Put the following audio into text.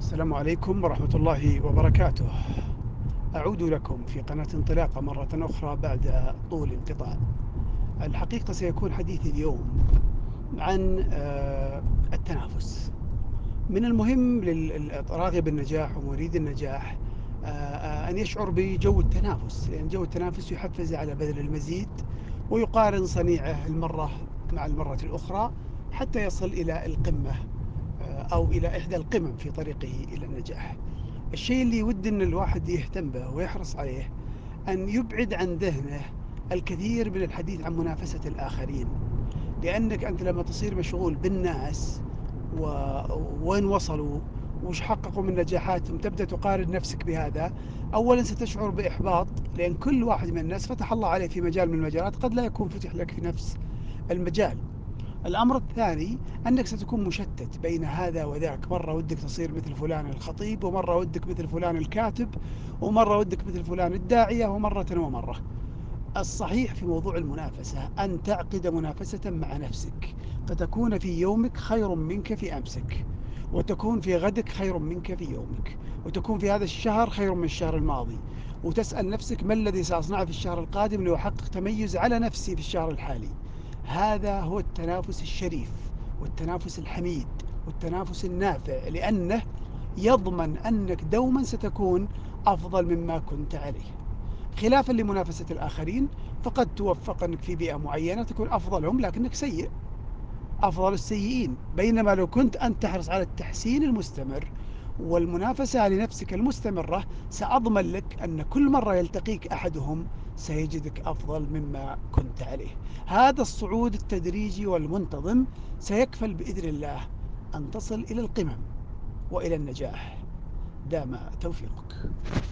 السلام عليكم ورحمة الله وبركاته. أعود لكم في قناة انطلاقة مرة أخرى بعد طول انقطاع. الحقيقة سيكون حديثي اليوم عن التنافس. من المهم للراغب النجاح ومريد النجاح أن يشعر بجو التنافس، لأن جو التنافس يحفز على بذل المزيد ويقارن صنيعه المرة مع المرة الأخرى حتى يصل إلى القمة، أو إلى إحدى القمم في طريقه إلى النجاح. الشيء اللي يود أن الواحد يهتم به ويحرص عليه أن يبعد عن ذهنه الكثير من الحديث عن منافسة الآخرين، لأنك أنت لما تصير مشغول بالناس وين وصلوا وش حققوا من نجاحاتهم تبدأ تقارن نفسك بهذا. أولا ستشعر بإحباط، لأن كل واحد من الناس فتح الله عليه في مجال من المجالات قد لا يكون فتح لك في نفس المجال. الأمر الثاني أنك ستكون مشتت بين هذا وذاك، مرة ودك تصير مثل فلان الخطيب، ومرة ودك مثل فلان الكاتب، ومرة ودك مثل فلان الداعية، ومرة ومرة. الصحيح في موضوع المنافسة أن تعقد منافسة مع نفسك، فتكون في يومك خير منك في أمسك، وتكون في غدك خير منك في يومك، وتكون في هذا الشهر خير من الشهر الماضي، وتسأل نفسك ما الذي سأصنعه في الشهر القادم لأحقق تميز على نفسي في الشهر الحالي. هذا هو التنافس الشريف، والتنافس الحميد، والتنافس النافع، لأنه يضمن أنك دوما ستكون أفضل مما كنت عليه، خلافا لمنافسة الآخرين. فقد توفق أنك في بيئة معينة تكون أفضلهم لكنك سيء، أفضل السيئين. بينما لو كنت أنت تحرص على التحسين المستمر والمنافسة لنفسك المستمرة، سأضمن لك أن كل مرة يلتقيك أحدهم سيجدك أفضل مما كنت عليه. هذا الصعود التدريجي والمنتظم سيكفل بإذن الله أن تصل إلى القمم وإلى النجاح. دام توفيقك.